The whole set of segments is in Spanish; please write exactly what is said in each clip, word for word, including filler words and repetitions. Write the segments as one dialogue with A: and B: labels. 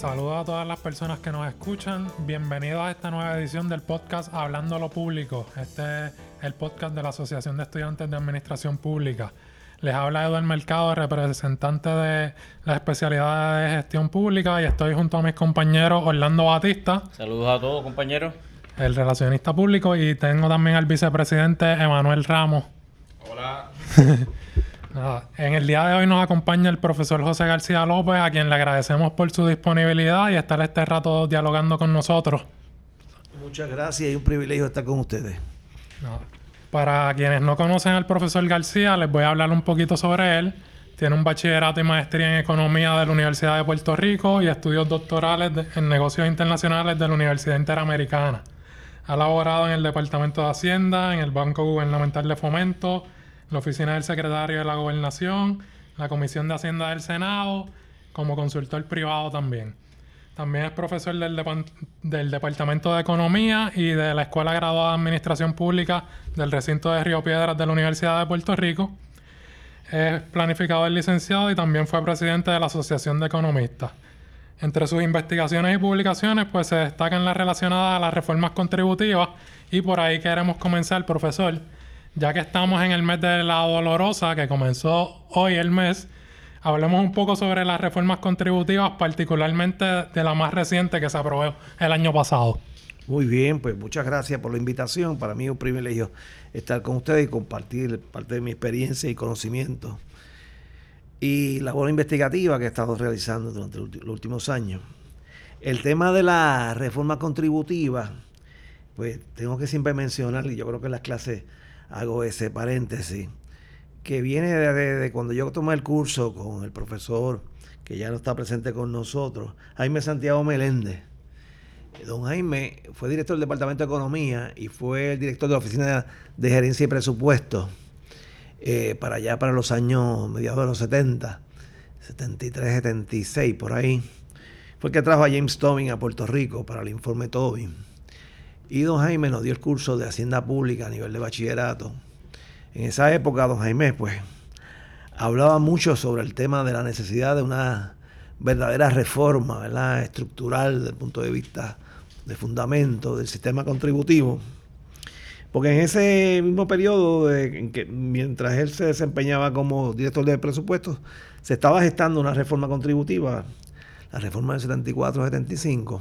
A: Saludos a todas las personas que nos escuchan. Bienvenidos a esta nueva edición del podcast Hablando a lo Público. Este es el podcast de la Asociación de Estudiantes de Administración Pública. Les habla Eduardo Mercado, representante de la especialidad de Gestión Pública, y estoy junto a mis compañeros Orlando Batista.
B: Saludos a todos, compañeros.
A: El relacionista público, y tengo también al vicepresidente Emanuel Ramos.
C: Hola.
A: Nada, en el día de hoy nos acompaña el profesor José García López, a quien le agradecemos por su disponibilidad y estar este rato dialogando con nosotros.
C: Muchas gracias y un privilegio estar con ustedes.
A: Nada. Para quienes no conocen al profesor García, les voy a hablar un poquito sobre él. Tiene un bachillerato y maestría en Economía de la Universidad de Puerto Rico y estudios doctorales de, en Negocios Internacionales de la Universidad Interamericana. Ha laborado en el Departamento de Hacienda, en el Banco Gubernamental de Fomento, la Oficina del Secretario de la Gobernación, la Comisión de Hacienda del Senado, como consultor privado también. También es profesor del, Dep- del Departamento de Economía y de la Escuela Graduada de Administración Pública del recinto de Río Piedras de la Universidad de Puerto Rico. Es planificador licenciado y también fue presidente de la Asociación de Economistas. Entre sus investigaciones y publicaciones, pues se destacan las relacionadas a las reformas contributivas, y por ahí queremos comenzar, profesor. Ya que estamos en el mes de la Dolorosa, que comenzó hoy el mes, hablemos un poco sobre las reformas contributivas, particularmente de la más reciente que se aprobó el año pasado.
C: Muy bien, pues muchas gracias por la invitación. Para mí es un privilegio estar con ustedes y compartir parte de mi experiencia y conocimiento y labor investigativa que he estado realizando durante los últimos años. El tema de la reforma contributiva, pues tengo que siempre mencionar, y yo creo que en las clases hago ese paréntesis, que viene de, de, de cuando yo tomé el curso con el profesor, que ya no está presente con nosotros, Jaime Santiago Meléndez. Don Jaime fue director del Departamento de Economía y fue el director de la Oficina de Gerencia y Presupuesto eh, para allá, para los años mediados de los setenta, setenta y tres, setenta y seis, por ahí. Fue el que trajo a James Tobin a Puerto Rico para el informe Tobin. Y don Jaime nos dio el curso de Hacienda Pública a nivel de bachillerato. En esa época, don Jaime, pues, hablaba mucho sobre el tema de la necesidad de una verdadera reforma, ¿verdad?, estructural desde el punto de vista de fundamento del sistema contributivo. Porque en ese mismo periodo, de, en que, mientras él se desempeñaba como director de presupuestos, se estaba gestando una reforma contributiva, la reforma del setenta y cuatro setenta y cinco,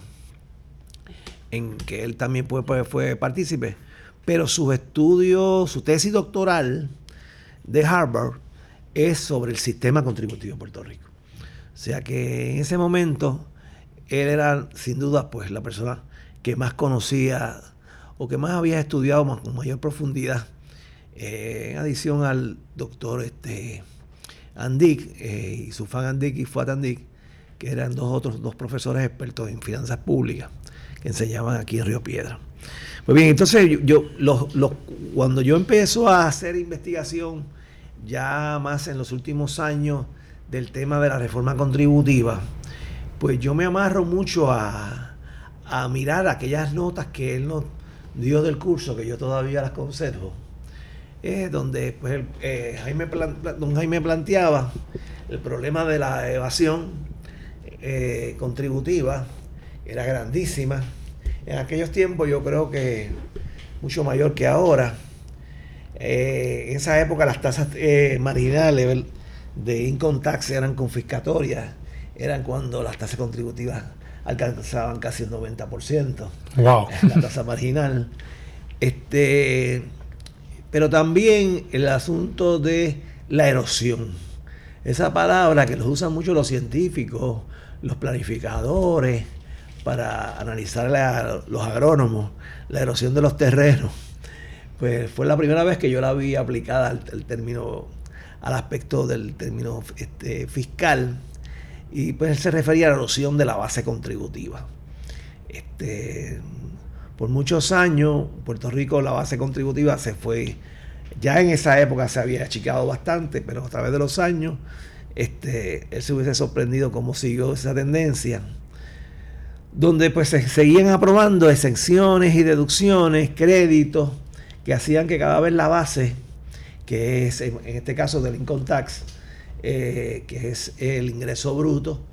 C: en que él también fue, fue, fue partícipe, pero su estudio, su tesis doctoral de Harvard es sobre el sistema contributivo de Puerto Rico. O sea que en ese momento él era sin duda pues la persona que más conocía o que más había estudiado más, con mayor profundidad, eh, en adición al doctor este, Andic eh, y su fan Andic y Fuad Andic, que eran dos otros dos profesores expertos en finanzas públicas que enseñaban aquí en Río Piedras. Pues bien, entonces yo, yo los, los, cuando yo empiezo a hacer investigación ya más en los últimos años del tema de la reforma contributiva, pues yo me amarro mucho a, a mirar aquellas notas que él nos dio del curso, que yo todavía las conservo, eh, donde pues, el, eh, Jaime plan, don Jaime planteaba el problema de la evasión eh, contributiva. Era grandísima. En aquellos tiempos yo creo que mucho mayor que ahora. Eh, en esa época las tasas eh, marginales de income tax eran confiscatorias. Eran cuando las tasas contributivas alcanzaban casi el noventa por ciento.
A: Wow.
C: La tasa marginal. Este, pero también el asunto de la erosión. Esa palabra que los usan mucho los científicos, los planificadores, para analizar la, los agrónomos, la erosión de los terrenos. Pues fue la primera vez que yo la vi aplicada al, al término, al aspecto del término este, fiscal, y pues él se refería a la erosión de la base contributiva. Este, por muchos años, en Puerto Rico la base contributiva se fue, ya en esa época se había achicado bastante, pero a través de los años, este, él se hubiese sorprendido cómo siguió esa tendencia, donde pues se seguían aprobando exenciones y deducciones, créditos, que hacían que cada vez la base, que es en este caso del income tax, eh, que es el ingreso bruto,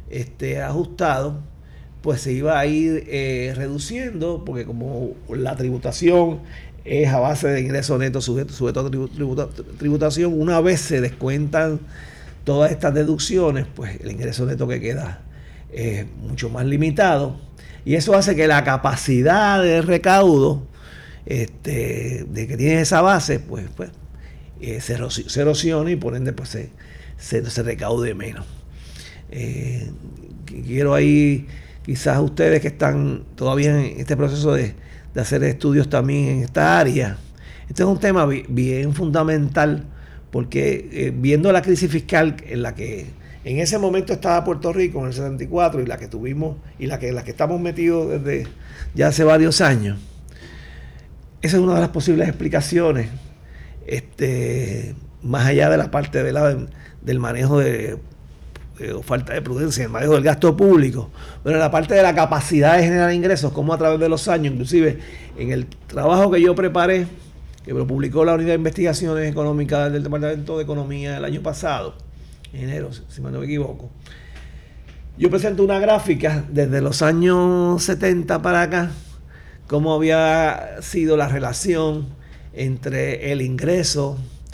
C: este, ajustado, pues se iba a ir eh, reduciendo, porque como la tributación es a base de ingresos netos sujeto, sujeto a tributa, tributación, una vez se descuentan todas estas deducciones, pues el ingreso neto que queda es mucho más limitado, y eso hace que la capacidad de recaudo este, de que tiene esa base, pues, pues eh, se, se erosione y por ende pues se, se, se recaude menos. Eh, quiero ahí quizás ustedes que están todavía en este proceso de, de hacer estudios también en esta área. Este es un tema bien, bien fundamental porque eh, viendo la crisis fiscal en la que en ese momento estaba Puerto Rico en el setenta y cuatro y la que tuvimos y la que, en la que estamos metidos desde ya hace varios años, esa es una de las posibles explicaciones, este, más allá de la parte de la, del manejo de o falta de prudencia en el manejo del gasto público, pero en la parte de la capacidad de generar ingresos, como a través de los años, inclusive en el trabajo que yo preparé, que lo publicó la Unidad de Investigaciones Económicas del Departamento de Economía el año pasado, en enero, si no me equivoco, yo presento una gráfica desde los años setenta para acá, cómo había sido la relación entre el ingreso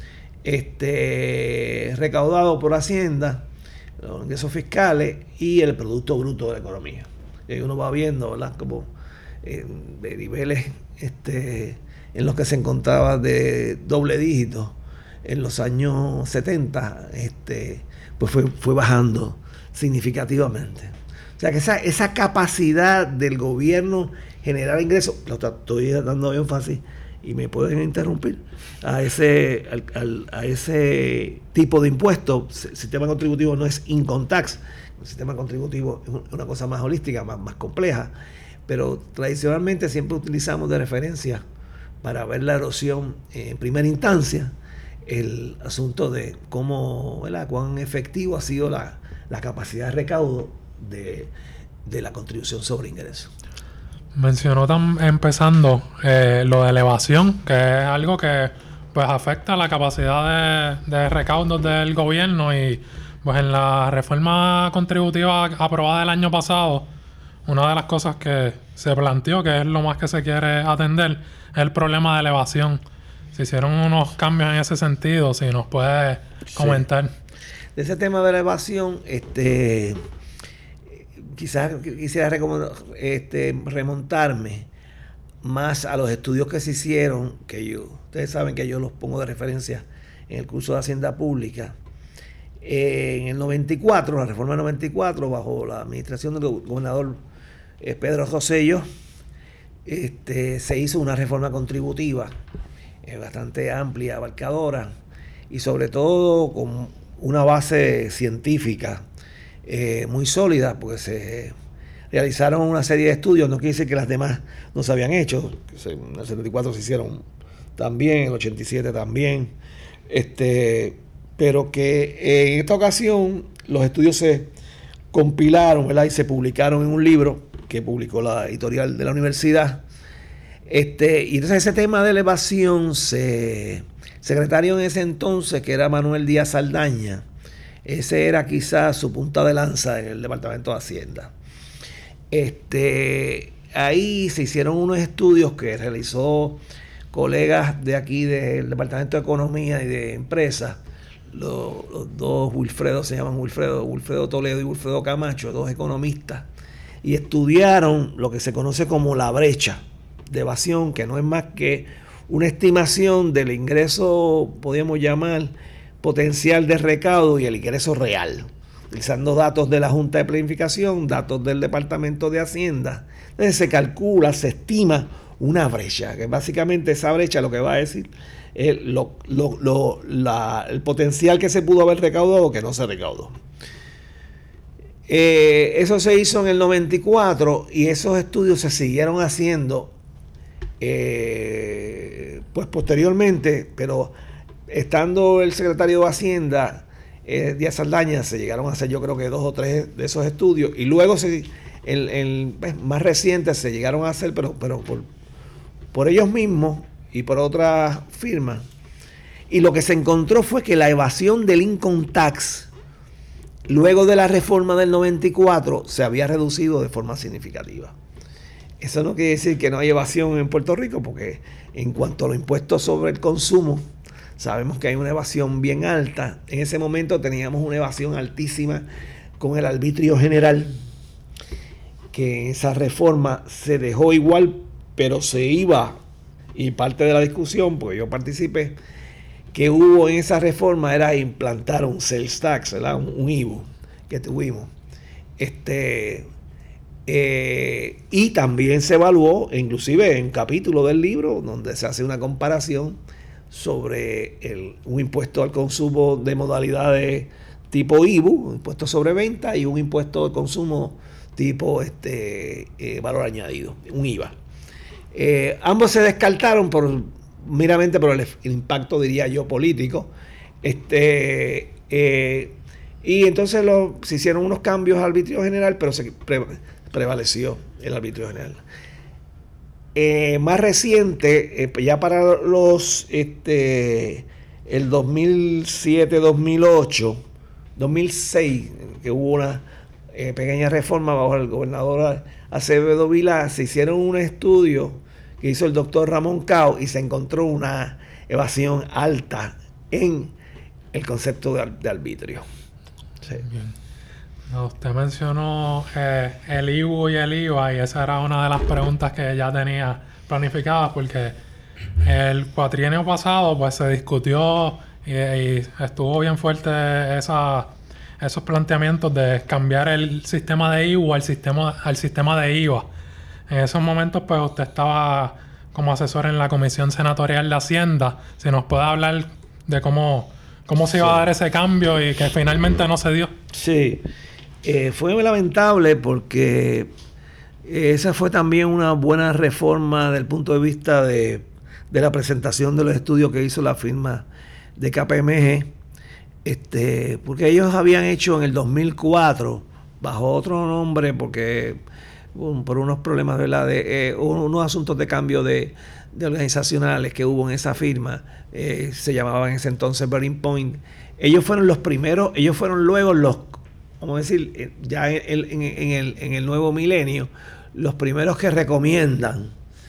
C: este, recaudado por Hacienda, los ingresos fiscales y el Producto Bruto de la economía. Y uno va viendo, ¿verdad?, como eh, de niveles este, en los que se encontraba de doble dígito en los años setenta, este, pues fue, fue bajando significativamente. O sea que esa, esa capacidad del gobierno generar ingresos, lo estoy dando énfasis y me pueden interrumpir, a ese, al, al, a ese tipo de impuestos. El sistema contributivo no es income tax, el sistema contributivo es una cosa más holística, más, más compleja, pero tradicionalmente siempre utilizamos de referencia para ver la erosión en primera instancia el asunto de cómo, ¿verdad?, cuán efectivo ha sido la, la capacidad de recaudo de, de la contribución sobre ingresos.
A: Mencionó tan, empezando eh, lo de elevación, que es algo que pues afecta la capacidad de, de recaudos del gobierno, y pues en la reforma contributiva aprobada el año pasado, una de las cosas que se planteó, que es lo más que se quiere atender, es el problema de elevación. Se hicieron unos cambios en ese sentido, si nos puede comentar. Sí.
C: De ese tema de elevación, este... quizás quisiera este, remontarme más a los estudios que se hicieron, que yo, ustedes saben que yo los pongo de referencia en el curso de Hacienda Pública. Eh, en el noventa y cuatro, la reforma del noventa y cuatro, bajo la administración del gobernador eh, Pedro Rosselló, este, se hizo una reforma contributiva eh, bastante amplia, abarcadora, y sobre todo con una base científica Eh, muy sólida, porque se realizaron una serie de estudios. No quiere decir que las demás no se habían hecho. En el setenta y cuatro se hicieron también, en el ochenta y siete también, este, pero que en esta ocasión los estudios se compilaron, ¿verdad?, y se publicaron en un libro que publicó la editorial de la universidad. Este, y entonces ese tema de elevación, se secretario en ese entonces, que era Manuel Díaz Saldaña, ese era quizás su punta de lanza en el Departamento de Hacienda. Este, ahí se hicieron unos estudios que realizó colegas de aquí del Departamento de Economía y de Empresas. Los, los dos Wilfredo, se llaman Wilfredo, Wilfredo Toledo y Wilfredo Camacho, dos economistas, y estudiaron lo que se conoce como la brecha de evasión, que no es más que una estimación del ingreso, podríamos llamar, potencial de recaudo y el ingreso real, utilizando datos de la Junta de Planificación, datos del Departamento de Hacienda. Entonces se calcula, se estima una brecha, que básicamente esa brecha lo que va a decir es lo, lo, lo, la, el potencial que se pudo haber recaudado o que no se recaudó. Eh, eso se hizo en el noventa y cuatro y esos estudios se siguieron haciendo eh, pues posteriormente, pero estando el secretario de Hacienda, eh, Díaz Saldaña, se llegaron a hacer yo creo que dos o tres de esos estudios, y luego se, el, el pues, más recientes se llegaron a hacer, pero, pero por, por ellos mismos y por otras firmas. Y lo que se encontró fue que la evasión del income tax luego de la reforma del noventa y cuatro se había reducido de forma significativa. Eso no quiere decir que no hay evasión en Puerto Rico, porque en cuanto a los impuestos sobre el consumo, sabemos que hay una evasión bien alta. En ese momento teníamos una evasión altísima con el arbitrio general, que en esa reforma se dejó igual, pero se iba, y parte de la discusión, porque yo participé, que hubo en esa reforma era implantar un sales tax, ¿verdad? Un, un I V U que tuvimos. Este... Eh, y también se evaluó, inclusive en un capítulo del libro, donde se hace una comparación sobre el, un impuesto al consumo de modalidades tipo I V U, un impuesto sobre venta, y un impuesto al consumo tipo este, eh, valor añadido, un I V A. Eh, ambos se descartaron por, meramente por el, el impacto, diría yo, político. Este, eh, y entonces lo, se hicieron unos cambios al arbitrio general, pero se pre, prevaleció el arbitrio general. Eh, más reciente, eh, ya para los este, el dos mil siete, dos mil ocho, dos mil seis, que hubo una eh, pequeña reforma bajo el gobernador Acevedo Vilá, se hicieron un estudio que hizo el doctor Ramón Cao y se encontró una evasión alta en el concepto de, de arbitrio. Sí.
A: Bien. Usted mencionó eh, el I V U y el I V A, y esa era una de las preguntas que ya tenía planificadas, porque el cuatrienio pasado pues se discutió y, y estuvo bien fuerte esa, esos planteamientos de cambiar el sistema de I V U al sistema, al sistema de I V A. En esos momentos pues usted estaba como asesor en la Comisión Senatorial de Hacienda. Si nos puede hablar de cómo, cómo se iba sí. a dar ese cambio y que finalmente no se dio.
C: Sí. Eh, fue lamentable porque esa fue también una buena reforma desde el punto de vista de, de la presentación de los estudios que hizo la firma de K P M G, este, porque ellos habían hecho en el dos mil cuatro, bajo otro nombre, porque um, por unos problemas, ¿verdad?, de eh, unos asuntos de cambio de, de organizacionales que hubo en esa firma, eh, se llamaba en ese entonces Bearing Point. Ellos fueron los primeros, ellos fueron luego los, vamos a decir, ya en el, en, en, el, en el nuevo milenio, los primeros que recomiendan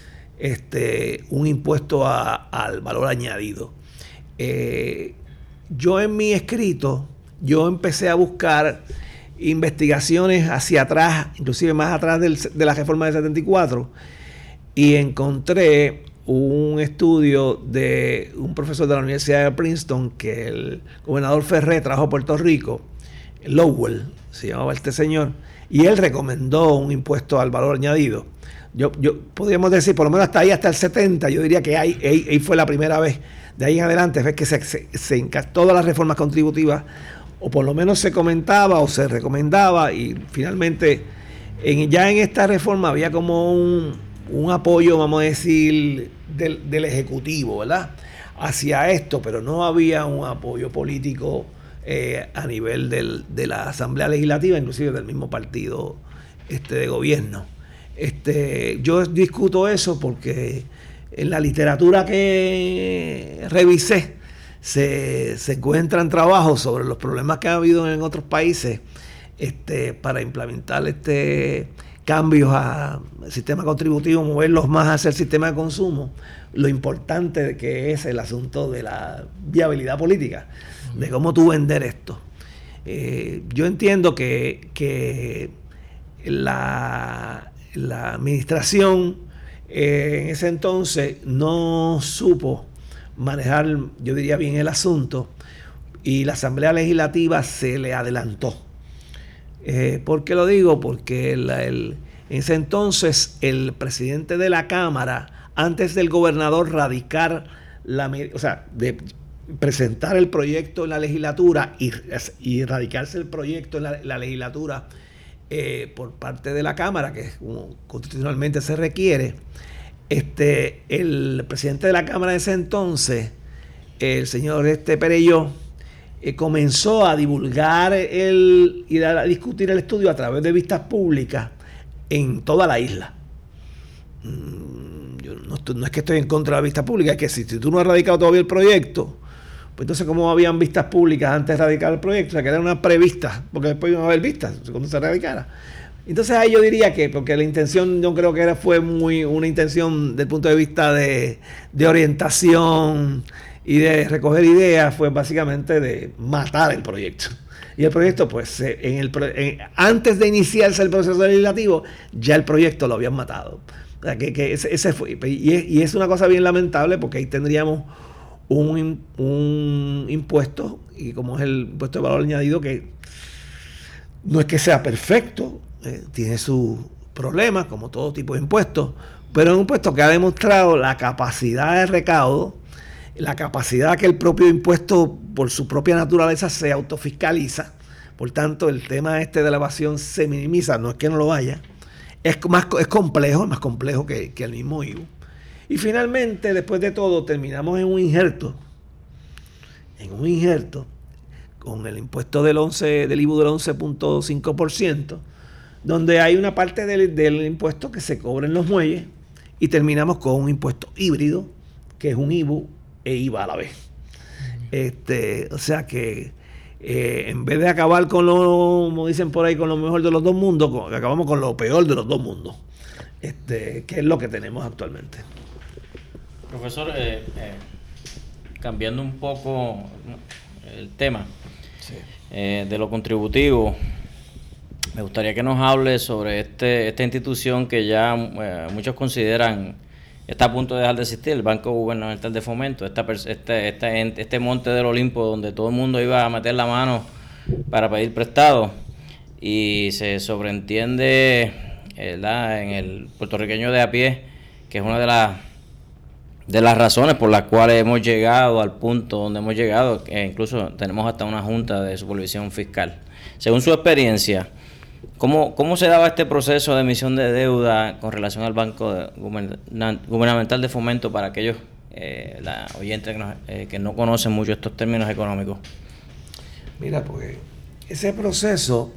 C: este, un impuesto a, al valor añadido. Eh, yo en mi escrito, yo empecé a buscar investigaciones hacia atrás, inclusive más atrás del, de la reforma del setenta y cuatro, y encontré un estudio de un profesor de la Universidad de Princeton que el gobernador Ferré trajo a Puerto Rico, Lowell se llamaba este señor, y él recomendó un impuesto al valor añadido. Yo, yo podríamos decir, por lo menos hasta ahí, hasta el setenta, yo diría que ahí, ahí, ahí fue la primera vez. De ahí en adelante ves que se, se, se todas las reformas contributivas, o por lo menos se comentaba o se recomendaba, y finalmente en, ya en esta reforma había como un, un apoyo, vamos a decir, del, del Ejecutivo, ¿verdad?, hacia esto, pero no había un apoyo político eh, a nivel del, de la Asamblea Legislativa, inclusive del mismo partido este, de gobierno. Este, yo discuto eso porque en la literatura que revisé se, se encuentran trabajos sobre los problemas que ha habido en otros países este, para implementar este, cambios al sistema contributivo, moverlos más hacia el sistema de consumo, lo importante que es el asunto de la viabilidad política, de cómo tú vender esto. Eh, yo entiendo que, que la, la administración eh, en ese entonces no supo manejar, yo diría bien, el asunto, y la Asamblea Legislativa se le adelantó. Eh, ¿Por qué lo digo? Porque el, el, en ese entonces el presidente de la Cámara, antes del gobernador radicar la, o sea, de presentar el proyecto en la legislatura y, y radicarse el proyecto en la, la legislatura eh, por parte de la Cámara, que es como constitucionalmente se requiere, este, el presidente de la Cámara de ese entonces, el señor este Perelló, eh, comenzó a divulgar el, y a discutir el estudio a través de vistas públicas en toda la isla. Mm, yo no, no es que estoy en contra de la vista pública, es que si, si tú no has radicado todavía el proyecto, Pues entonces, como habían vistas públicas antes de radicar el proyecto, o sea, que era una prevista, porque después iban a haber vistas cuando se radicara. Entonces ahí yo diría que, porque la intención yo creo que era, fue muy una intención desde el punto de vista de, de orientación y de recoger ideas, fue básicamente de matar el proyecto. Y el proyecto, pues, en el, en, antes de iniciarse el proceso legislativo, ya el proyecto lo habían matado. O sea, que, que ese, ese fue, y, es, y es una cosa bien lamentable, porque ahí tendríamos un, un impuesto, y como es el impuesto de valor añadido, que no es que sea perfecto, eh, tiene sus problemas, como todo tipo de impuestos, pero es un impuesto que ha demostrado la capacidad de recaudo, la capacidad que el propio impuesto, por su propia naturaleza, se autofiscaliza. Por tanto, el tema este de la evasión se minimiza, no es que no lo haya, es, más, es complejo, es más complejo que, que el mismo I V U. Y finalmente, después de todo, terminamos en un injerto, en un injerto, con el impuesto del, once, del I V U del once punto cinco por ciento, donde hay una parte del, del impuesto que se cobra en los muelles, y terminamos con un impuesto híbrido, que es un I V U e I V A a la vez. Este, o sea que eh, en vez de acabar con lo, como dicen por ahí, con lo mejor de los dos mundos, con, acabamos con lo peor de los dos mundos, este, que es lo que tenemos actualmente.
B: Profesor, eh, eh, cambiando un poco el tema, sí. eh, de lo contributivo, me gustaría que nos hable sobre este esta institución que ya eh, muchos consideran está a punto de dejar de existir, el Banco Gubernamental de Fomento, esta, este, este, este monte del Olimpo donde todo el mundo iba a meter la mano para pedir prestado, y se sobreentiende, ¿verdad?, en el puertorriqueño de a pie, que es una de las de las razones por las cuales hemos llegado al punto donde hemos llegado, que incluso tenemos hasta una junta de supervisión fiscal. Según su experiencia, ¿Cómo, ¿Cómo se daba este proceso de emisión de deuda con relación al Banco de, Gubernamental de Fomento para aquellos eh, la, oyentes que, nos, eh, que no conocen mucho estos términos económicos?
C: Mira, pues ese proceso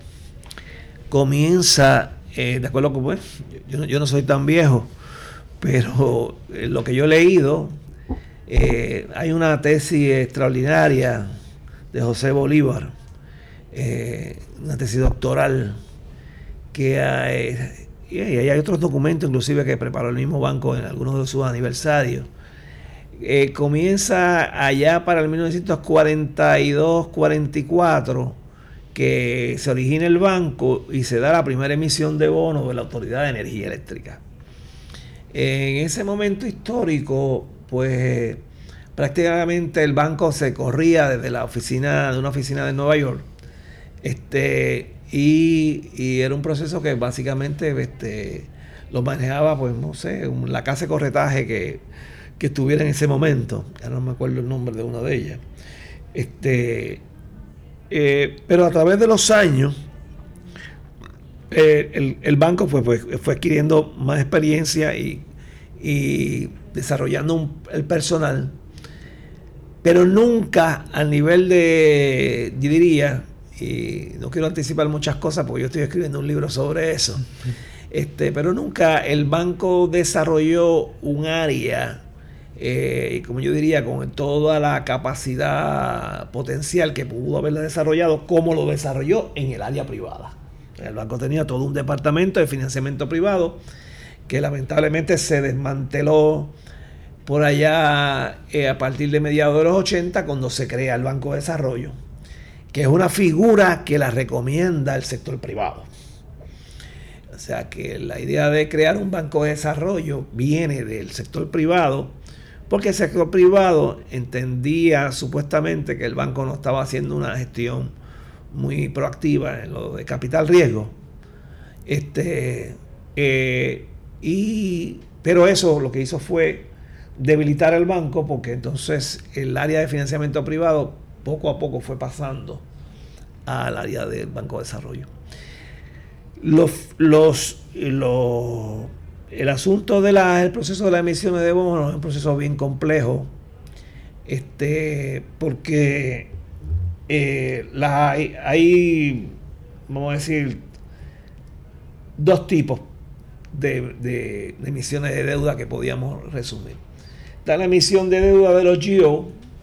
C: comienza, eh, de acuerdo con, pues, yo, yo no soy tan viejo, pero eh, lo que yo he leído, eh, hay una tesis extraordinaria de José Bolívar, eh, una tesis doctoral, que hay, y hay otros documentos inclusive que preparó el mismo banco en algunos de sus aniversarios. Eh, comienza allá para el mil novecientos cuarenta y dos cuarenta y cuatro, que se origina el banco y se da la primera emisión de bonos de la Autoridad de Energía Eléctrica. En ese momento histórico, pues prácticamente el banco se corría desde la oficina, de una oficina de Nueva York, este Y, y era un proceso que básicamente este, lo manejaba, pues no sé, la casa de corretaje que, que estuviera en ese momento. Ya no me acuerdo el nombre de una de ellas. Este, eh, pero a través de los años, eh, el, el banco fue, fue, fue adquiriendo más experiencia y, y desarrollando un, el personal, pero nunca al nivel de, yo diría, y no quiero anticipar muchas cosas porque yo estoy escribiendo un libro sobre eso, este, pero nunca el banco desarrolló un área, eh, como yo diría, con toda la capacidad potencial que pudo haberla desarrollado, como lo desarrolló en el área privada. El banco tenía todo un departamento de financiamiento privado que lamentablemente se desmanteló por allá eh, a partir de mediados de los ochenta, cuando se crea el Banco de Desarrollo, que es una figura que la recomienda el sector privado. O sea que la idea de crear un banco de desarrollo viene del sector privado, porque el sector privado entendía supuestamente que el banco no estaba haciendo una gestión muy proactiva en lo de capital riesgo. Este, eh, y, pero eso lo que hizo fue debilitar el banco, porque entonces el área de financiamiento privado poco a poco fue pasando al área del Banco de Desarrollo. Los, los, los, el asunto del proceso de las emisiones de bonos es un proceso bien complejo, este, porque eh, la, hay, hay, vamos a decir, dos tipos de, de, de emisiones de deuda que podíamos resumir. Está la emisión de deuda de los G O,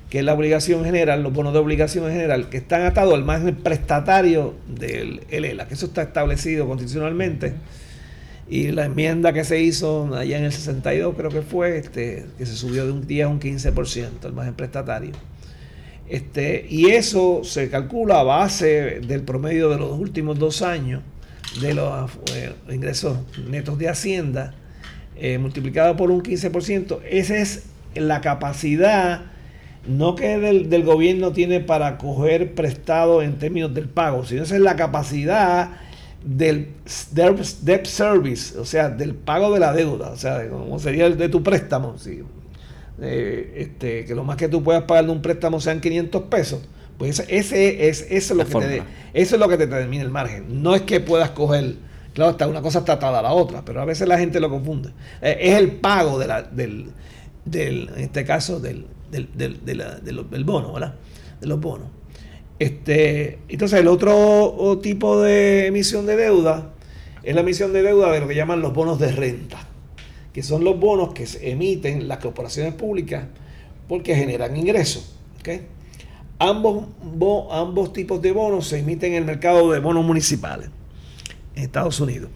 C: que es la obligación general, los bonos de obligación general, que están atados al margen prestatario del E L A, que eso está establecido constitucionalmente. Y la enmienda que se hizo allá en el sesenta y dos, creo que fue, este, que se subió de un diez a un quince por ciento el margen prestatario. Este, y eso se calcula a base del promedio de los últimos dos años de los eh, ingresos netos de Hacienda, eh, multiplicado por un quince por ciento. Esa es la capacidad, no que del, del gobierno tiene para coger prestado en términos del pago, sino esa es la capacidad del debt service, o sea, del pago de la deuda, o sea, como sería el de tu préstamo, ¿sí? eh, este, que lo más que tú puedas pagar de un préstamo sean quinientos pesos, pues ese, ese es eso es lo que te, eso es lo que te determina el margen. No es que puedas coger, claro, está, una cosa está atada a la otra, pero a veces la gente lo confunde. Eh, es el pago de la, del, del, en este caso, del, del, del, de la, de los, del bono, ¿verdad? De los bonos. Este, entonces el otro tipo de emisión de deuda es la emisión de deuda de lo que llaman los bonos de renta, que son los bonos que se emiten las corporaciones públicas porque generan ingresos. ¿Okay? Ambos, bo, ambos tipos de bonos se emiten en el mercado de bonos municipales en Estados Unidos.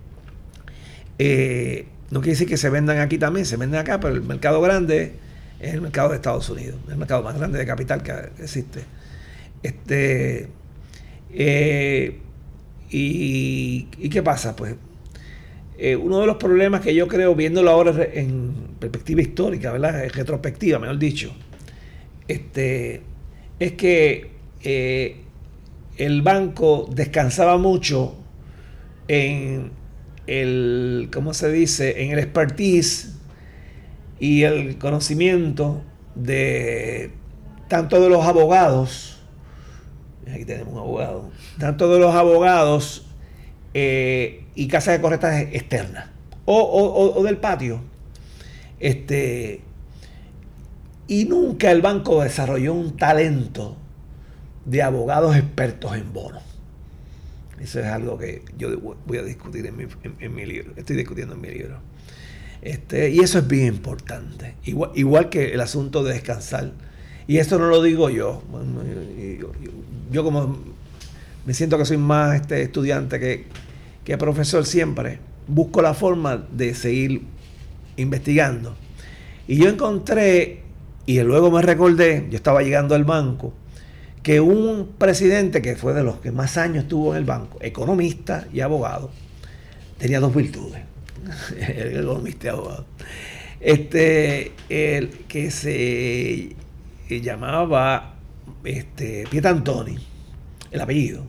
C: Eh, no quiere decir que se vendan aquí también, se venden acá, pero el mercado grande es el mercado de Estados Unidos, el mercado más grande de capital que existe. Este eh, y, y qué pasa, pues eh, uno de los problemas que yo creo, viéndolo ahora en perspectiva histórica, ¿verdad? En retrospectiva, mejor dicho, este es que eh, el banco descansaba mucho en el, ¿cómo se dice? En el expertise y el conocimiento de tanto de los abogados. Aquí tenemos un abogado. Tanto de los abogados eh, y casas de corretaje externas o, o, o del patio. Este, y nunca el banco desarrolló un talento de abogados expertos en bonos. Eso es algo que yo voy a discutir en mi, en, en mi libro. Estoy discutiendo en mi libro. Este, y eso es bien importante. Igual, igual que el asunto de descansar. Y esto no lo digo yo. Yo, yo, yo como me siento que soy más este estudiante que, que profesor, siempre busco la forma de seguir investigando. Y yo encontré, y luego me recordé, yo estaba llegando al banco, que un presidente que fue de los que más años estuvo en el banco, economista y abogado, tenía dos virtudes. El economista y abogado. Este, el que se que llamaba este, Pietantoni, el apellido.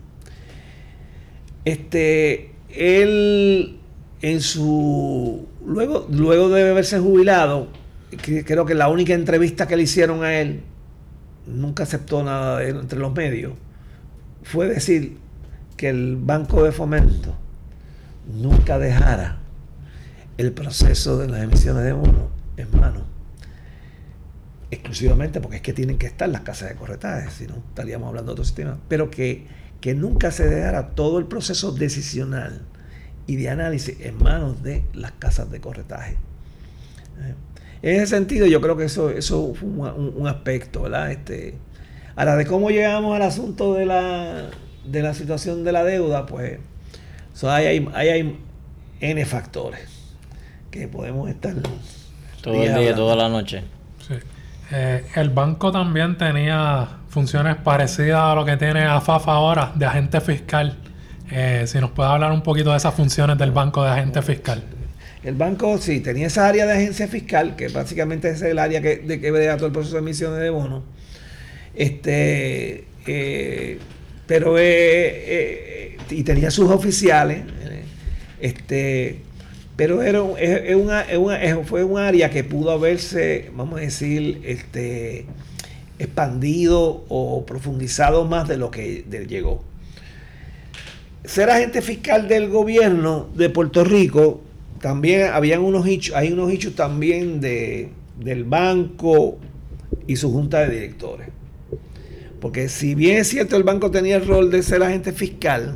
C: Este, él en su luego, luego de haberse jubilado, que, creo que la única entrevista que le hicieron a él, nunca aceptó nada de él entre los medios, fue decir que el Banco de Fomento nunca dejara el proceso de las emisiones de bonos en manos exclusivamente, porque es que tienen que estar las casas de corretaje, si no estaríamos hablando de otro sistema, pero que, que nunca se dejara todo el proceso decisional y de análisis en manos de las casas de corretaje. ¿Eh? En ese sentido, yo creo que eso, eso fue un, un, un aspecto, ¿verdad? Este, ahora, de cómo llegamos al asunto de la, de la situación de la deuda, pues so, ahí hay, hay, hay N factores que podemos estar
B: todo el día, hablando. Toda la noche.
A: Sí. Eh, el banco también tenía funciones parecidas a lo que tiene AFAF ahora, de agente fiscal. Eh, si nos puede hablar un poquito de esas funciones del banco de agente fiscal.
C: El banco sí tenía esa área de agencia fiscal, que básicamente es el área que, de que ve todo el proceso de emisiones de bonos. Este, eh, pero eh, eh, y tenía sus oficiales. Eh, este, pero era es, es una, es una, es, fue un área que pudo haberse, vamos a decir, este, expandido o profundizado más de lo que de, llegó. Ser agente fiscal del gobierno de Puerto Rico, también habían unos hechos, hay unos hechos también de, del banco y su junta de directores. Porque si bien es cierto el banco tenía el rol de ser agente fiscal,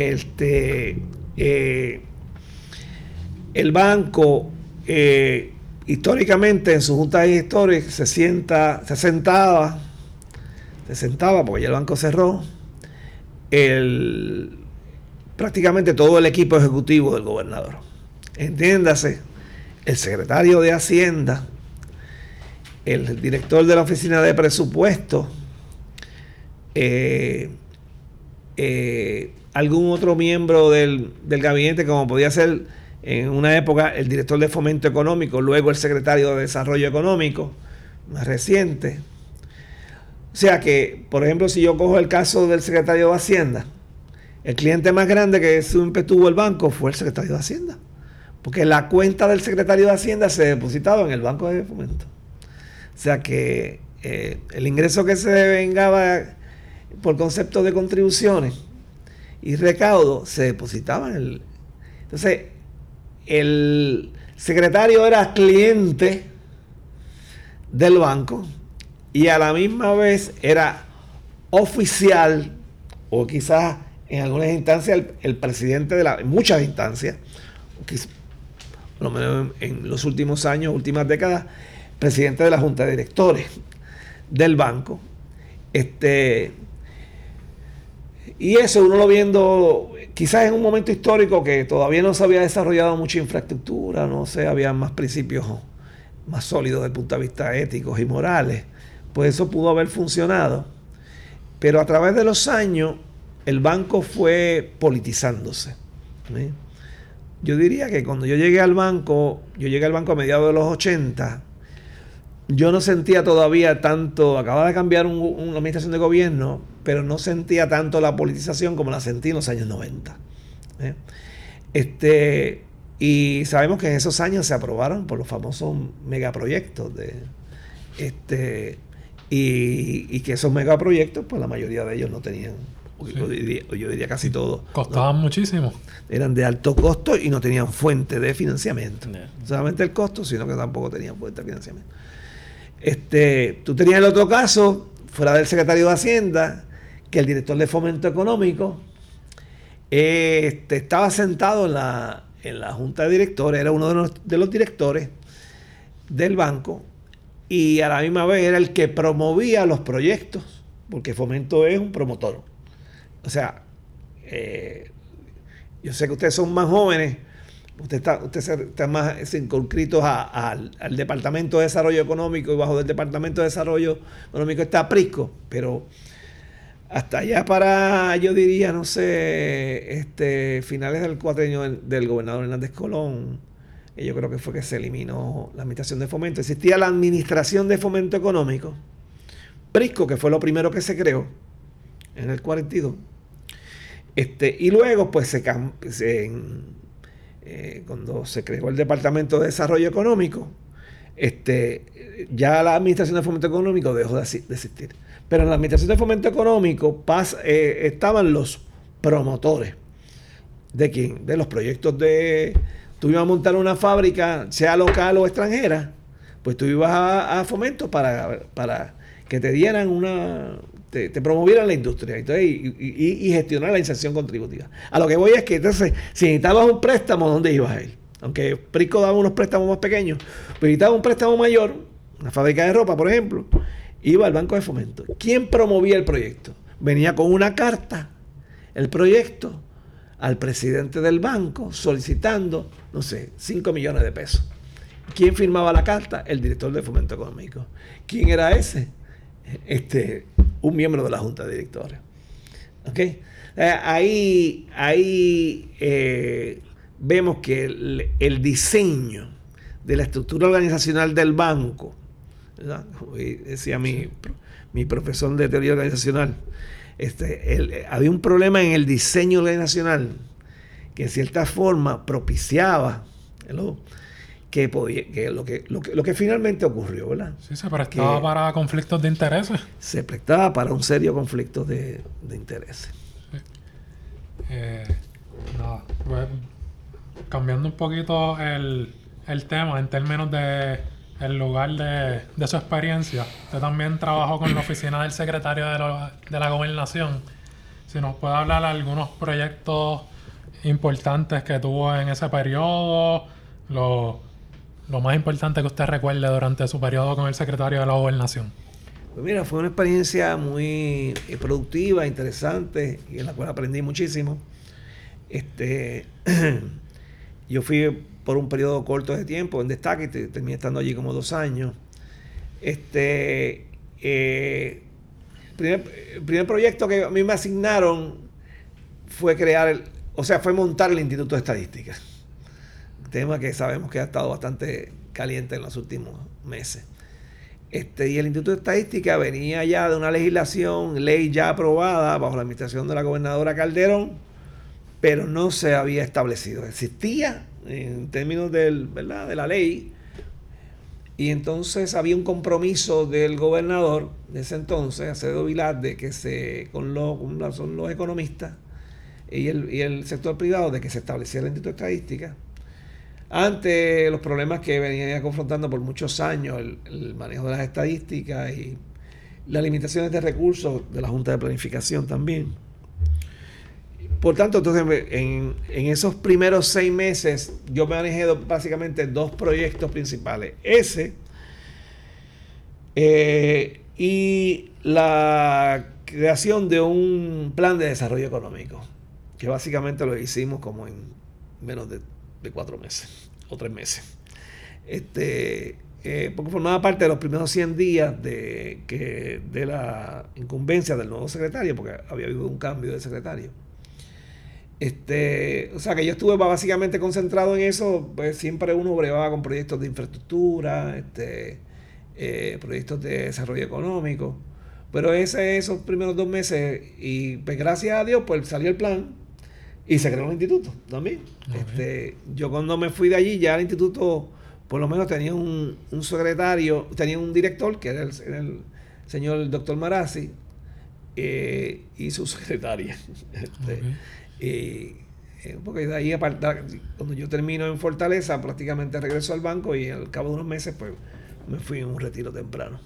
C: este, eh, el banco eh, históricamente en su junta de directores se sienta, se sentaba, se sentaba porque ya el banco cerró, el, prácticamente todo el equipo ejecutivo del gobernador. Entiéndase, el secretario de Hacienda, el director de la oficina de presupuesto, eh, eh, algún otro miembro del, del gabinete, como podía ser en una época el director de Fomento Económico, luego el secretario de Desarrollo Económico, más reciente. O sea que, por ejemplo, si yo cojo el caso del secretario de Hacienda, el cliente más grande que siempre tuvo el banco fue el secretario de Hacienda, porque la cuenta del secretario de Hacienda se depositaba en el Banco de Fomento. O sea que eh, el ingreso que se vengaba por concepto de contribuciones y recaudo se depositaba en el... Entonces, el secretario era cliente del banco y a la misma vez era oficial, o quizás en algunas instancias el, el presidente de la... en muchas instancias, quizás, por lo menos en, en los últimos años, últimas décadas, presidente de la junta de directores del banco. Este, y eso uno lo viendo quizás en un momento histórico que todavía no se había desarrollado mucha infraestructura, no sé, había más principios más sólidos desde el punto de vista éticos y morales, pues eso pudo haber funcionado. Pero a través de los años el banco fue politizándose, ¿sí? Yo diría que cuando yo llegué al banco, yo llegué al banco a mediados de los ochenta, yo no sentía todavía tanto, acababa de cambiar un, una administración de gobierno, pero no sentía tanto la politización como la sentí en los años noventa. ¿eh? Este, y sabemos que en esos años se aprobaron por los famosos megaproyectos de, este, y, y que esos megaproyectos, pues la mayoría de ellos no tenían, sí. yo, diría, yo diría casi todos.
A: Costaban ¿no? muchísimo.
C: Eran de alto costo y no tenían fuente de financiamiento. No solamente el costo, sino que tampoco tenían fuente de financiamiento. Este, tú tenías el otro caso, fuera del secretario de Hacienda, que el director de Fomento Económico este, estaba sentado en la, en la junta de directores, era uno de los, de los directores del banco, y a la misma vez era el que promovía los proyectos, porque Fomento es un promotor. O sea, eh, yo sé que ustedes son más jóvenes, Usted está, usted está más circunscritos a, a, al, al Departamento de Desarrollo Económico, y bajo del Departamento de Desarrollo Económico está Prisco, pero hasta allá para, yo diría, no sé, este finales del cuatrienio del, del gobernador Hernández Colón, y yo creo que fue que se eliminó la administración de fomento. Existía la administración de fomento económico, Prisco, que fue lo primero que se creó en el cuarenta y dos, este, y luego pues se... se Eh, cuando se creó el Departamento de Desarrollo Económico, este, ya la Administración de Fomento Económico dejó de, de existir. Pero en la Administración de Fomento Económico pas, eh, estaban los promotores. ¿De quién? De los proyectos de... Tú ibas a montar una fábrica, sea local o extranjera, pues tú ibas a, a Fomento para, para que te dieran una... Te, te promovieran la industria entonces, y, y, y gestionar la inserción contributiva. A lo que voy es que entonces, si necesitabas un préstamo, ¿dónde ibas a ir? Aunque Prisco daba unos préstamos más pequeños, pero necesitabas un préstamo mayor, una fábrica de ropa, por ejemplo, iba al Banco de Fomento. ¿Quién promovía el proyecto? Venía con una carta, el proyecto, al presidente del banco solicitando, no sé, cinco millones de pesos. ¿Quién firmaba la carta? El director de Fomento Económico. ¿Quién era ese? Este... un miembro de la junta de directores. ¿Okay? Eh, ahí ahí eh, vemos que el, el diseño de la estructura organizacional del banco, ¿verdad? Como decía mi, mi profesor de teoría organizacional, este, el, había un problema en el diseño organizacional que en cierta forma propiciaba ¿no? Que, podía, que, lo que lo que lo que finalmente ocurrió, ¿verdad?
A: Sí, se prestaba que para conflictos de intereses.
C: Se prestaba para un serio conflicto de, de intereses.
A: Sí. Eh, nada, pues, cambiando un poquito el, el tema en términos de el lugar de, de su experiencia. Usted también trabajó con la oficina del secretario de, lo, de la Gobernación. Si nos puede hablar de algunos proyectos importantes que tuvo en ese periodo, los lo más importante que usted recuerde durante su periodo con el secretario de la Gobernación.
C: Pues mira, fue una experiencia muy eh, productiva, interesante, y en la cual aprendí muchísimo. Este, yo fui por un periodo corto de tiempo en destaque, y terminé estando allí como dos años. Este, eh, el, primer, el primer proyecto que a mí me asignaron fue crear, el, o sea, fue montar el Instituto de Estadística. Tema que sabemos que ha estado bastante caliente en los últimos meses. Este, y el Instituto de Estadística venía ya de una legislación, ley ya aprobada bajo la administración de la gobernadora Calderón, pero no se había establecido. Existía en términos del, ¿verdad? de la ley, y entonces había un compromiso del gobernador de ese entonces, Acevedo Vilá, de que se, con, lo, con los, son los economistas y el, y el sector privado, de que se estableciera el Instituto de Estadística. Ante los problemas que venía confrontando por muchos años el, el manejo de las estadísticas y las limitaciones de recursos de la Junta de Planificación también. Por tanto, entonces en, en esos primeros seis meses yo manejé do, básicamente dos proyectos principales. Ese eh, y la creación de un plan de desarrollo económico, que básicamente lo hicimos como en menos de de cuatro meses o tres meses. Este, eh, porque formaba parte de los primeros cien días de, que, de la incumbencia del nuevo secretario, porque había habido un cambio de secretario. Este, o sea que yo estuve básicamente concentrado en eso, pues siempre uno brevaba con proyectos de infraestructura, este, eh, proyectos de desarrollo económico, pero ese, esos primeros dos meses, y pues gracias a Dios, pues salió el plan. Y se creó un instituto también. Okay. Este, yo cuando me fui de allí, ya el instituto por lo menos tenía un, un secretario, tenía un director, que era el, era el señor doctor Marazzi, eh, y su secretaria. Este, okay. y, eh, porque de ahí, aparte, cuando yo termino en Fortaleza, prácticamente regreso al banco y al cabo de unos meses, pues me fui en un retiro temprano.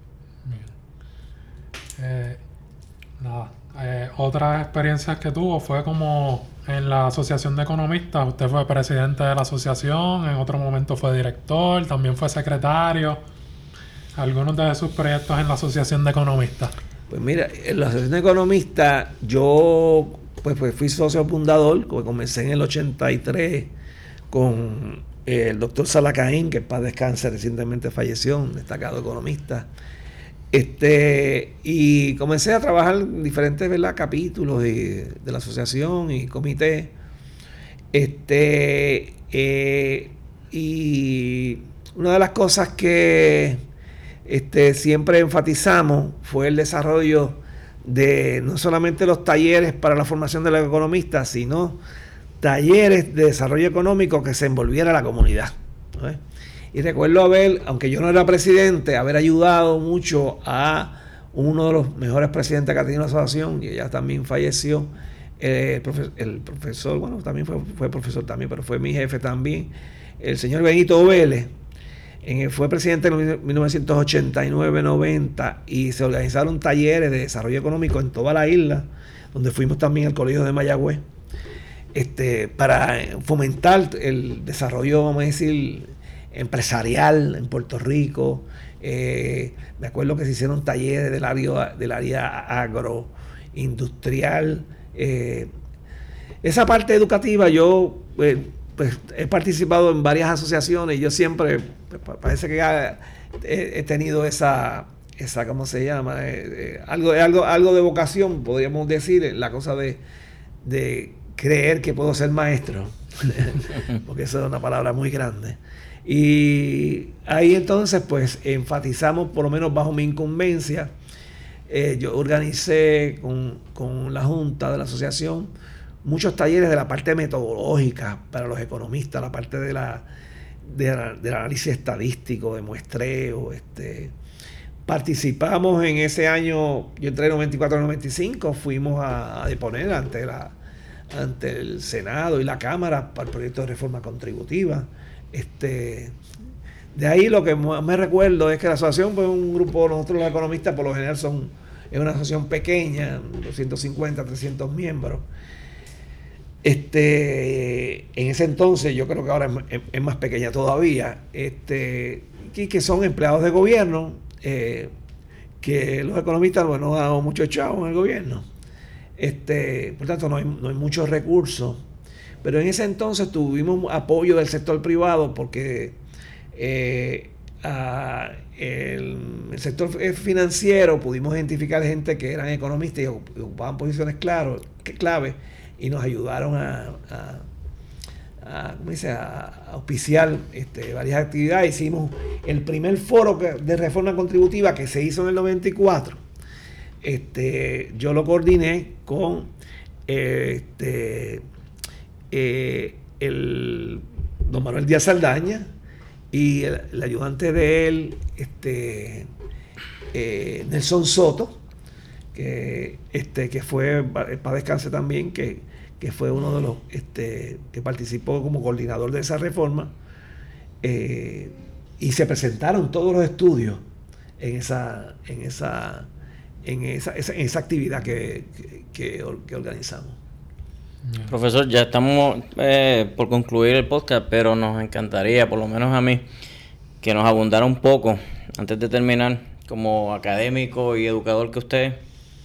A: Eh, nada. Eh, otras experiencias que tuvo fue como en la Asociación de Economistas. Usted fue presidente de la asociación, en otro momento fue director, también fue secretario. ¿Algunos de sus proyectos en la Asociación de Economistas?
C: Pues mira, en la Asociación de Economistas yo pues, pues fui socio fundador, comencé en el ochenta y tres con eh, el doctor Salacaín, que en paz descanse, recientemente falleció, un destacado economista. Este, y comencé a trabajar en diferentes, ¿verdad?, capítulos de, de la asociación y comité. Este, eh, y una de las cosas que este, siempre enfatizamos fue el desarrollo de no solamente los talleres para la formación de los economistas, sino talleres de desarrollo económico que se envolviera a la comunidad, ¿no? Y recuerdo haber, aunque yo no era presidente, haber ayudado mucho a uno de los mejores presidentes que ha tenido la asociación, y ella también falleció, eh, el, profe, el profesor, bueno, también fue, fue profesor también, pero fue mi jefe también, el señor Benito Vélez, en, fue presidente en mil novecientos ochenta y nueve noventa, y se organizaron talleres de desarrollo económico en toda la isla, donde fuimos también al Colegio de Mayagüez, este, para fomentar el desarrollo, vamos a decir, empresarial en Puerto Rico. Eh, me acuerdo que se hicieron talleres del área, del área agroindustrial. Eh, esa parte educativa yo eh, pues, he participado en varias asociaciones y yo siempre, pues, parece que he, he tenido esa, esa, ¿cómo se llama? Eh, eh, algo, algo, algo de vocación, podríamos decir, la cosa de, de creer que puedo ser maestro, porque eso es una palabra muy grande. Y ahí entonces pues enfatizamos, por lo menos bajo mi incumbencia, eh, yo organicé con, con la Junta de la asociación muchos talleres de la parte metodológica para los economistas, la parte de la, de la del análisis estadístico, de muestreo. Este, participamos en ese año, yo entré en noventa y cuatro noventa y cinco, fuimos a, a deponer ante, la, ante el Senado y la Cámara para el proyecto de reforma contributiva. Este, de ahí lo que me recuerdo es que la asociación, pues un grupo, nosotros los economistas por lo general son, es una asociación pequeña, doscientos cincuenta, trescientos miembros. Este, en ese entonces, yo creo que ahora es, es más pequeña todavía, este, y que son empleados de gobierno, eh, que los economistas, bueno, no damos mucho chavo en el gobierno. Este, por tanto, no hay, no hay muchos recursos. Pero en ese entonces tuvimos apoyo del sector privado porque eh, a, el, el sector financiero pudimos identificar gente que eran economistas y ocupaban posiciones claro, que, clave, y nos ayudaron a, a, a, ¿cómo dice? a auspiciar este, varias actividades. Hicimos el primer foro de reforma contributiva que se hizo en el noventa y cuatro. Este, yo lo coordiné con eh, este, eh, el don Manuel Díaz Saldaña y el, el ayudante de él, este, eh, Nelson Soto, que, este, que fue, para descanse también, que, que fue uno de los este, que participó como coordinador de esa reforma, eh, y se presentaron todos los estudios en esa, en esa, en esa, esa, en esa actividad que, que, que, que organizamos.
B: Yeah. Profesor, ya estamos eh, por concluir el podcast, pero nos encantaría, por lo menos a mí, que nos abundara un poco, antes de terminar, como académico y educador que usted,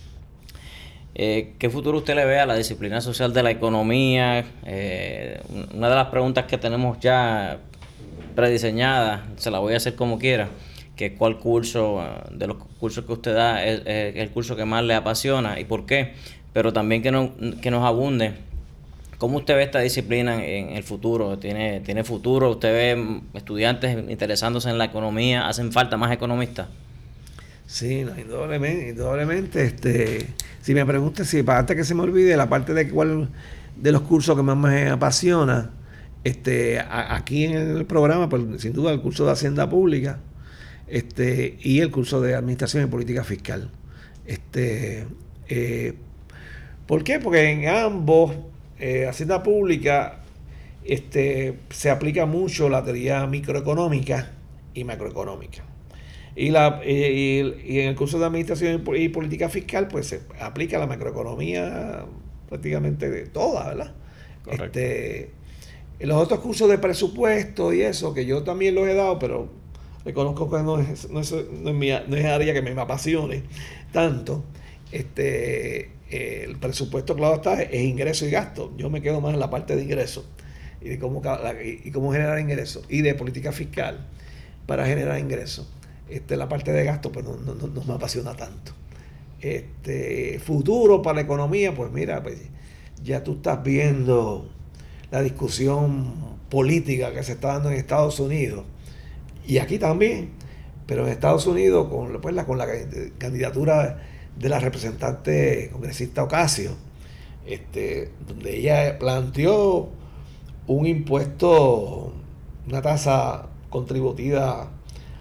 B: eh, ¿qué futuro usted le ve a la disciplina social de la economía? Eh, una de las preguntas que tenemos ya prediseñada, se la voy a hacer como quiera, que cuál curso, de los cursos que usted da, es, es el curso que más le apasiona y por qué, pero también que, no, que nos abunde. ¿Cómo usted ve esta disciplina en el futuro? ¿Tiene, tiene futuro? ¿Usted ve estudiantes interesándose en la economía? ¿Hacen falta más economistas?
C: Sí, no, indudablemente, indudablemente. Este, si me preguntas, si para antes que se me olvide, la parte de cuál de los cursos que más me apasiona, este, a, aquí en el programa, pues sin duda el curso de Hacienda Pública, este, y el curso de Administración y Política Fiscal. Este, eh, ¿por qué? Porque en ambos, eh, Hacienda Pública, este, se aplica mucho la teoría microeconómica y macroeconómica. Y, la, y, y en el curso de Administración y Política Fiscal, pues se aplica la macroeconomía prácticamente de toda, ¿verdad?
B: Correcto.
C: Este, en los otros cursos de presupuesto y eso, que yo también los he dado, pero reconozco que no es, no es, no es, mi, no es área que me apasione tanto. Este, el presupuesto, claro está, es ingreso y gasto. Yo me quedo más en la parte de ingresos y de cómo, y cómo generar ingresos y de política fiscal para generar ingresos. Este, la parte de gasto pues no, no, no, no me apasiona tanto. Este, futuro para la economía, pues mira, pues ya tú estás viendo la discusión política que se está dando en Estados Unidos y aquí también, pero en Estados Unidos con, pues, la, con la candidatura de la representante congresista Ocasio, este, donde ella planteó un impuesto, una tasa contributiva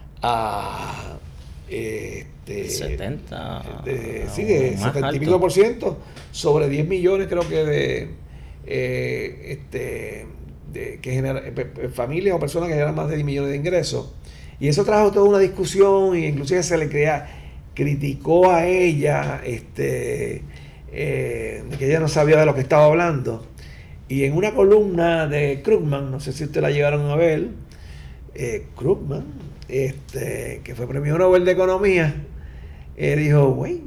C: a este,
B: setenta
C: de, sí, de setenta y pico por ciento sobre diez millones creo que de eh, este de que genera eh, familias o personas que generan más de diez millones de ingresos, y eso trajo toda una discusión y inclusive se le crea criticó a ella este eh, de que ella no sabía de lo que estaba hablando, y en una columna de Krugman, no sé si ustedes la llegaron a ver, eh, Krugman Este, que fue premio Nobel de Economía, eh, dijo, güey,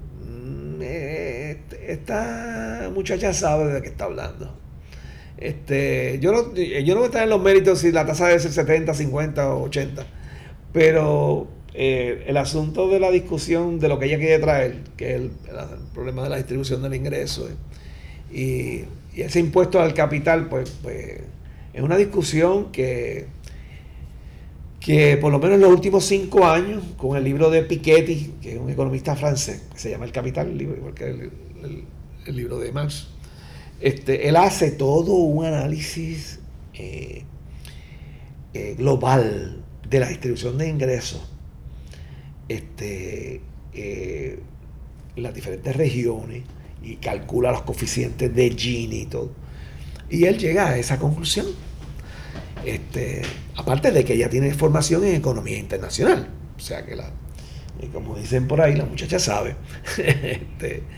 C: eh, esta muchacha sabe de qué está hablando. Este, yo no, yo no voy a estar en los méritos si la tasa debe ser setenta, cincuenta o ochenta, pero eh, el asunto de la discusión de lo que ella quiere traer, que es el, el problema de la distribución del ingreso, eh, y, y ese impuesto al capital, pues, pues es una discusión que que por lo menos en los últimos cinco años, con el libro de Piketty, que es un economista francés, que se llama El Capital, el libro, igual que el, el, el libro de Marx, este, él hace todo un análisis eh, eh, global de la distribución de ingresos este, eh, en las diferentes regiones y calcula los coeficientes de Gini y todo. Y él llega a esa conclusión. Este, aparte de que ella tiene formación en economía internacional, o sea que la, como dicen por ahí, la muchacha sabe. este,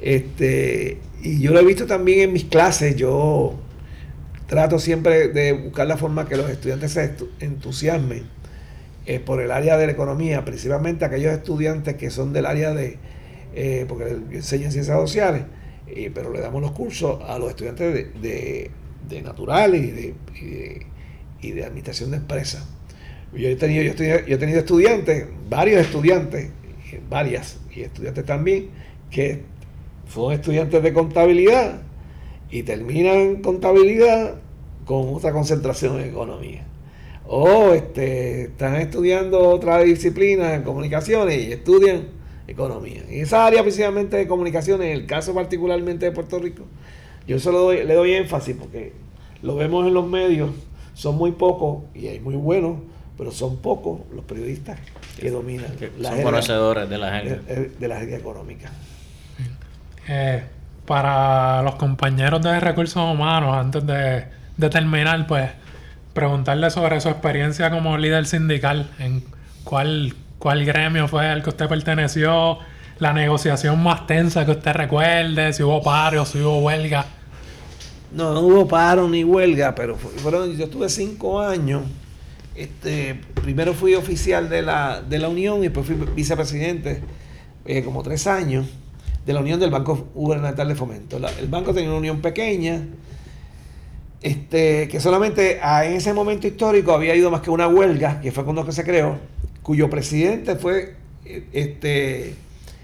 C: Este, y yo lo he visto también en mis clases. Yo trato siempre de buscar la forma que los estudiantes se entusiasmen eh, por el área de la economía, principalmente aquellos estudiantes que son del área de, eh, porque yo enseño en ciencias sociales, eh, pero le damos los cursos a los estudiantes de, de, de naturales y de, y de, y de administración de empresas. Yo he tenido, yo he tenido, yo he tenido estudiantes, varios estudiantes, varias, y estudiantes también, que son estudiantes de contabilidad y terminan contabilidad con otra concentración en economía. O este, están estudiando otra disciplina en comunicaciones y estudian economía. En esa área precisamente de comunicaciones, en el caso particularmente de Puerto Rico, yo solo doy, le doy énfasis porque lo vemos en los medios, son muy pocos y hay muy buenos, pero son pocos los periodistas que dominan
B: que
C: la
B: son
C: jerga,
B: conocedores de la jerga.
C: de, de la jerga económica.
A: Eh, para los compañeros de recursos humanos, antes de, de terminar, pues preguntarle sobre su experiencia como líder sindical, en cuál, cuál gremio fue el que usted perteneció, la negociación más tensa que usted recuerde, si hubo paro, si hubo huelga.
C: No, no hubo paro ni huelga, pero fueron, yo estuve cinco años. Este, primero fui oficial de la, de la Unión y después fui vicepresidente eh, como tres años de la Unión del Banco Gubernamental de Fomento. La, el banco tenía una unión pequeña, este, que solamente a, en ese momento histórico había ido más que una huelga, que fue cuando que se creó, cuyo presidente fue este,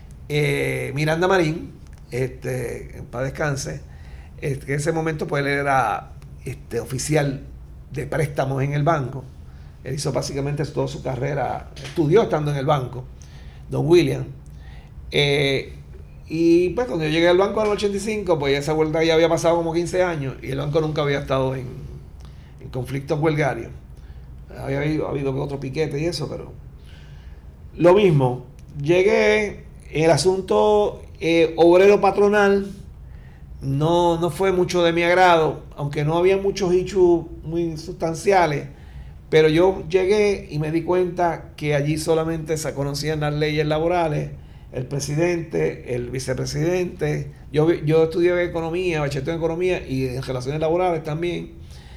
C: eh, Miranda Marín, este, en paz descanse, este, que en ese momento pues él era este, oficial de préstamos en el banco. Él hizo básicamente toda su carrera, estudió estando en el banco, don William. Eh, y pues cuando yo llegué al banco en el ochenta y cinco, pues esa huelga ya había pasado como quince años y el banco nunca había estado en, en conflictos huelgarios. Había habido, habido otro piquete y eso, pero lo mismo. Llegué, el asunto eh, obrero patronal no, no fue mucho de mi agrado, aunque no había muchos issues muy sustanciales. Pero yo llegué y me di cuenta que allí solamente se conocían las leyes laborales, el presidente, el vicepresidente. Yo, yo estudié economía, bachillerato en economía y en relaciones laborales también.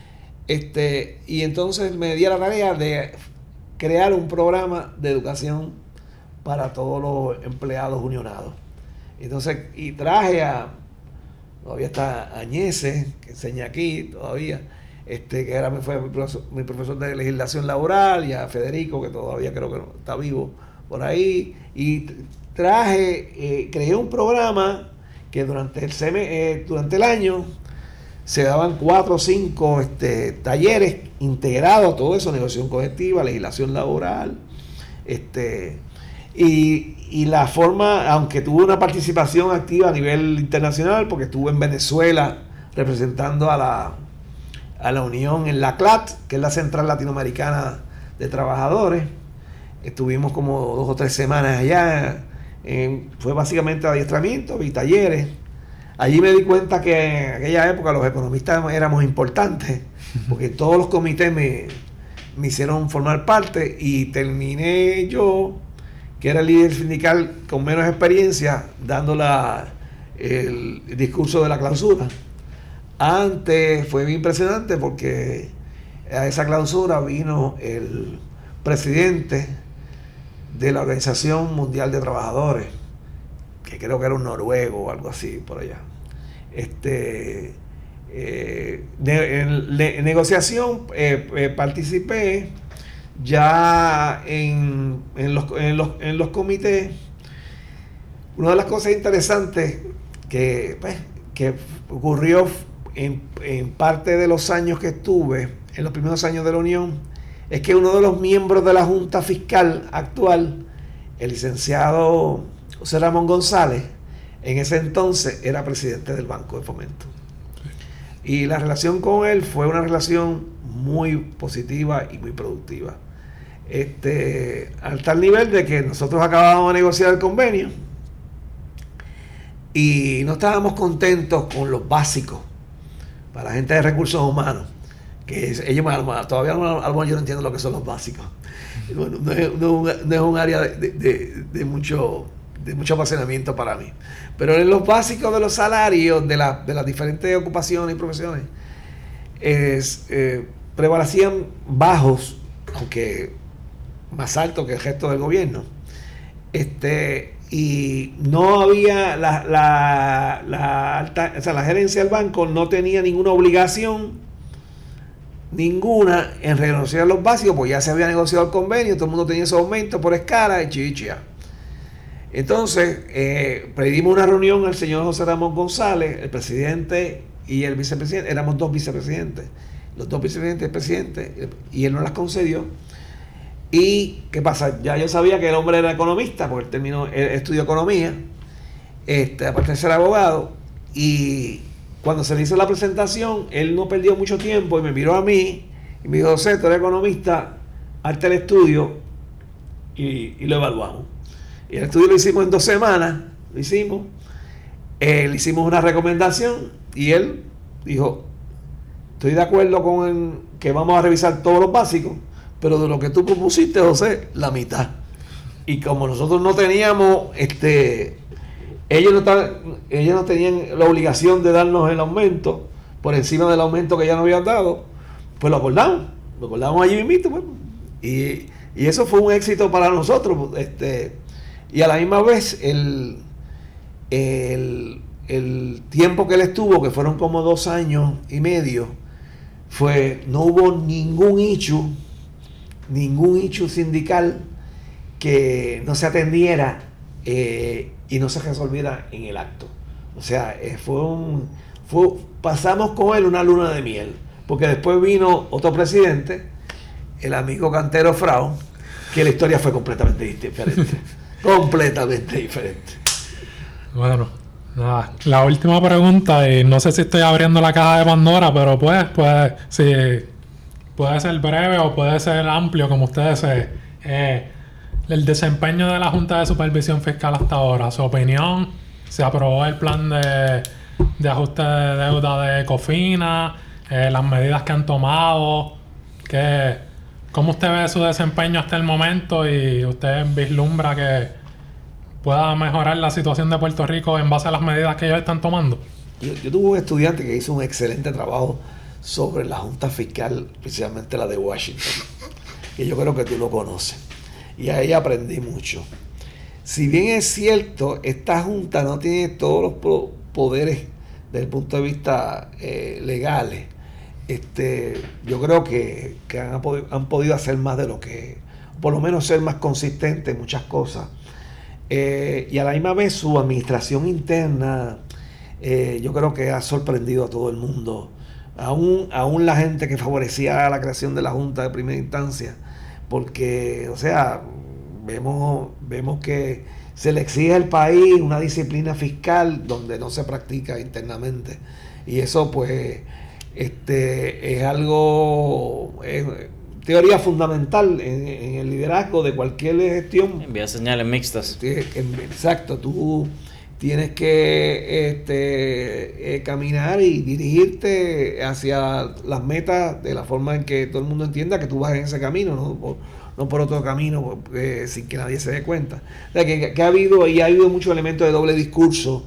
C: Este, y entonces me di a la tarea de crear un programa de educación para todos los empleados unionados. Entonces, y traje a, todavía está Añese, que enseña aquí todavía, Este, que era, fue mi profesor, mi profesor de legislación laboral, y a Federico, que todavía creo que no, está vivo por ahí, y traje, eh, creé un programa que durante el, seme, eh, durante el año se daban cuatro o cinco este, talleres integrados a todo eso, negociación colectiva, legislación laboral, este, y, y la forma, aunque tuve una participación activa a nivel internacional, porque estuve en Venezuela representando a la a la Unión en la C L A T, que es la Central Latinoamericana de Trabajadores. Estuvimos como dos o tres semanas allá. Eh, fue básicamente adiestramiento y talleres. Allí me di cuenta que en aquella época los economistas éramos importantes, porque todos los comités me, me hicieron formar parte y terminé yo, que era el líder sindical con menos experiencia, dando la, el, el discurso de la clausura. Antes fue bien impresionante porque a esa clausura vino el presidente de la Organización Mundial de Trabajadores, que creo que era un noruego o algo así por allá. Este, eh, de, en, de, en negociación eh, eh, participé ya en, en, los, en, los, en los comités. Una de las cosas interesantes que, pues, que ocurrió En, en parte de los años que estuve, en los primeros años de la Unión, es que uno de los miembros de la Junta Fiscal actual, el licenciado José Ramón González, en ese entonces era presidente del Banco de Fomento. Y la relación con él fue una relación muy positiva y muy productiva. Este, al tal nivel de que nosotros acabábamos de negociar el convenio y no estábamos contentos con los básicos para la gente de recursos humanos, que es, ellos todavía no, yo no entiendo lo que son los básicos. Bueno, no, es, no, no es un área de, de, de, de mucho de mucho apasionamiento para mí. Pero en los básicos de los salarios de, la, de las diferentes ocupaciones y profesiones es, eh, prevalecían bajos, aunque más altos que el resto del gobierno. Este, y no había la, la, la, alta, o sea, la gerencia del banco no tenía ninguna obligación, ninguna, en renunciar a los básicos, pues ya se había negociado el convenio, todo el mundo tenía ese aumento por escala, y chichia. Entonces, eh, pedimos una reunión al señor José Ramón González, el presidente y el vicepresidente, éramos dos vicepresidentes, los dos vicepresidentes y el presidente, y él nos las concedió. Y, ¿qué pasa? Ya yo sabía que el hombre era economista, porque él terminó, él estudió economía, este, aparte de ser abogado, y cuando se le hizo la presentación, él no perdió mucho tiempo y me miró a mí y me dijo: José, tú eres economista, hazte el estudio y, y lo evaluamos. Y el estudio lo hicimos en dos semanas, lo hicimos, eh, le hicimos una recomendación y él dijo: estoy de acuerdo con el, que vamos a revisar todos los básicos, pero de lo que tú propusiste, José, la mitad. Y como nosotros no teníamos, este, ellos no, estaban, ellos no tenían la obligación de darnos el aumento por encima del aumento que ya nos habían dado, pues lo acordamos, lo acordamos allí mismo, pues. y, y eso fue un éxito para nosotros, este, y a la misma vez el, el, el tiempo que él estuvo, que fueron como dos años y medio, fue, no hubo ningún issue, ningún issue sindical que no se atendiera eh, y no se resolviera en el acto. O sea, eh, fue un fue, pasamos con él una luna de miel, porque después vino otro presidente, el amigo Cantero Frau, que la historia fue completamente diferente. completamente diferente.
A: Bueno, nada, la última pregunta, y no sé si estoy abriendo la caja de Pandora, pero pues, pues, sí, puede ser breve o puede ser amplio, como usted desee. Eh, el desempeño de la Junta de Supervisión Fiscal hasta ahora, su opinión, se aprobó el plan de, de ajuste de deuda de Ecofina, eh, las medidas que han tomado, que, ¿cómo usted ve su desempeño hasta el momento y usted vislumbra que pueda mejorar la situación de Puerto Rico en base a las medidas que ellos están tomando?
C: Yo, yo tuve un estudiante que hizo un excelente trabajo sobre la Junta Fiscal, especialmente la de Washington, que yo creo que tú lo conoces, y ahí aprendí mucho. Si bien es cierto, esta Junta no tiene todos los poderes desde el punto de vista eh, legales, este, yo creo que, que han, han podido hacer más de lo que, por lo menos ser más consistentes en muchas cosas. Eh, y a la misma vez su administración interna, eh, yo creo que ha sorprendido a todo el mundo. Aún, aún la gente que favorecía la creación de la Junta de primera instancia, porque, o sea, vemos, vemos que se le exige al país una disciplina fiscal donde no se practica internamente. Y eso, pues, este, es algo, es teoría fundamental en, en el liderazgo de cualquier gestión.
B: Envía señales mixtas.
C: Exacto, tú tienes que este, eh, caminar y dirigirte hacia las metas de la forma en que todo el mundo entienda que tú vas en ese camino, no por, no por otro camino, eh, sin que nadie se dé cuenta. O sea, que, que ha habido y ha habido muchos elementos de doble discurso,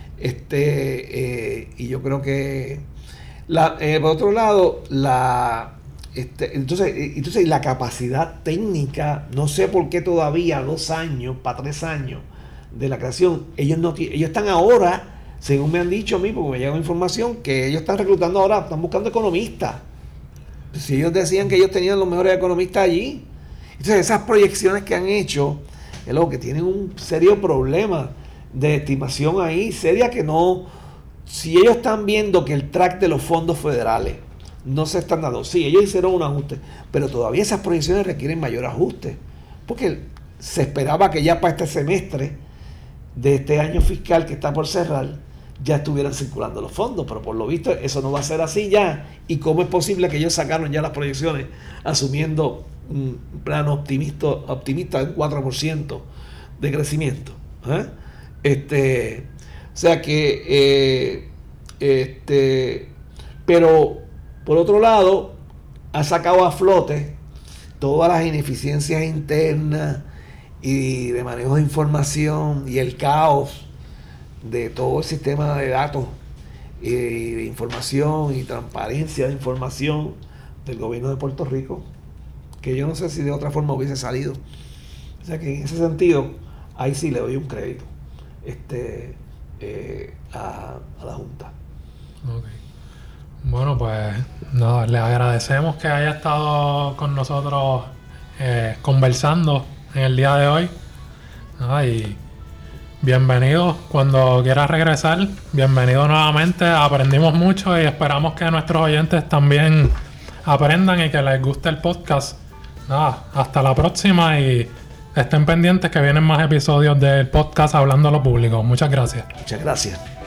C: este, eh, y yo creo que la, eh, por otro lado, la este, entonces, entonces la capacidad técnica, no sé por qué todavía dos años, para tres años de la creación, ellos no ellos están ahora, según me han dicho a mí, porque me llega información, que ellos están reclutando ahora, están buscando economistas. Si ellos decían que ellos tenían los mejores economistas allí. Entonces esas proyecciones que han hecho, es lo que tienen un serio problema de estimación ahí, seria, que no, si ellos están viendo que el track de los fondos federales no se están dando, sí, ellos hicieron un ajuste, pero todavía esas proyecciones requieren mayor ajuste, porque se esperaba que ya para este semestre de este año fiscal que está por cerrar, ya estuvieran circulando los fondos, pero por lo visto eso no va a ser así ya. ¿Y cómo es posible que ellos sacaron ya las proyecciones asumiendo un plano optimista, optimista de un cuatro por ciento de crecimiento? ¿Eh? Este, o sea que, eh, este, pero por otro lado, ha sacado a flote todas las ineficiencias internas y de manejo de información y el caos de todo el sistema de datos y de información y transparencia de información del gobierno de Puerto Rico, que yo no sé si de otra forma hubiese salido. O sea que en ese sentido, ahí sí le doy un crédito este, eh, a, a la Junta.
A: Okay. Bueno, pues nada, le agradecemos que haya estado con nosotros eh, conversando en el día de hoy. Nada, y bienvenido cuando quieras regresar. Bienvenido nuevamente. Aprendimos mucho y esperamos que nuestros oyentes también aprendan y que les guste el podcast. Nada, hasta la próxima y estén pendientes que vienen más episodios del podcast Hablando a lo Público. Muchas gracias.
C: Muchas gracias.